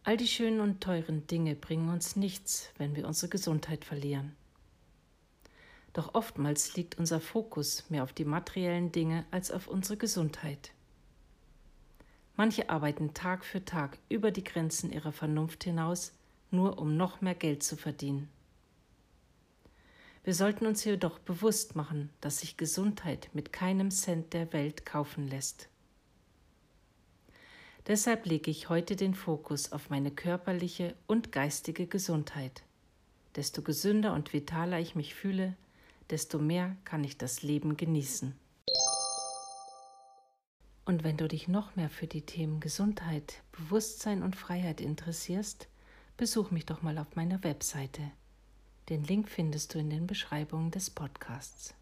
All die schönen und teuren Dinge bringen uns nichts, wenn wir unsere Gesundheit verlieren. Doch oftmals liegt unser Fokus mehr auf die materiellen Dinge als auf unsere Gesundheit. Manche arbeiten Tag für Tag über die Grenzen ihrer Vernunft hinaus, nur um noch mehr Geld zu verdienen. Wir sollten uns jedoch bewusst machen, dass sich Gesundheit mit keinem Cent der Welt kaufen lässt. Deshalb lege ich heute den Fokus auf meine körperliche und geistige Gesundheit. Desto gesünder und vitaler ich mich fühle, desto mehr kann ich das Leben genießen. Und wenn du dich noch mehr für die Themen Gesundheit, Bewusstsein und Freiheit interessierst, besuch mich doch mal auf meiner Webseite. Den Link findest du in den Beschreibungen des Podcasts.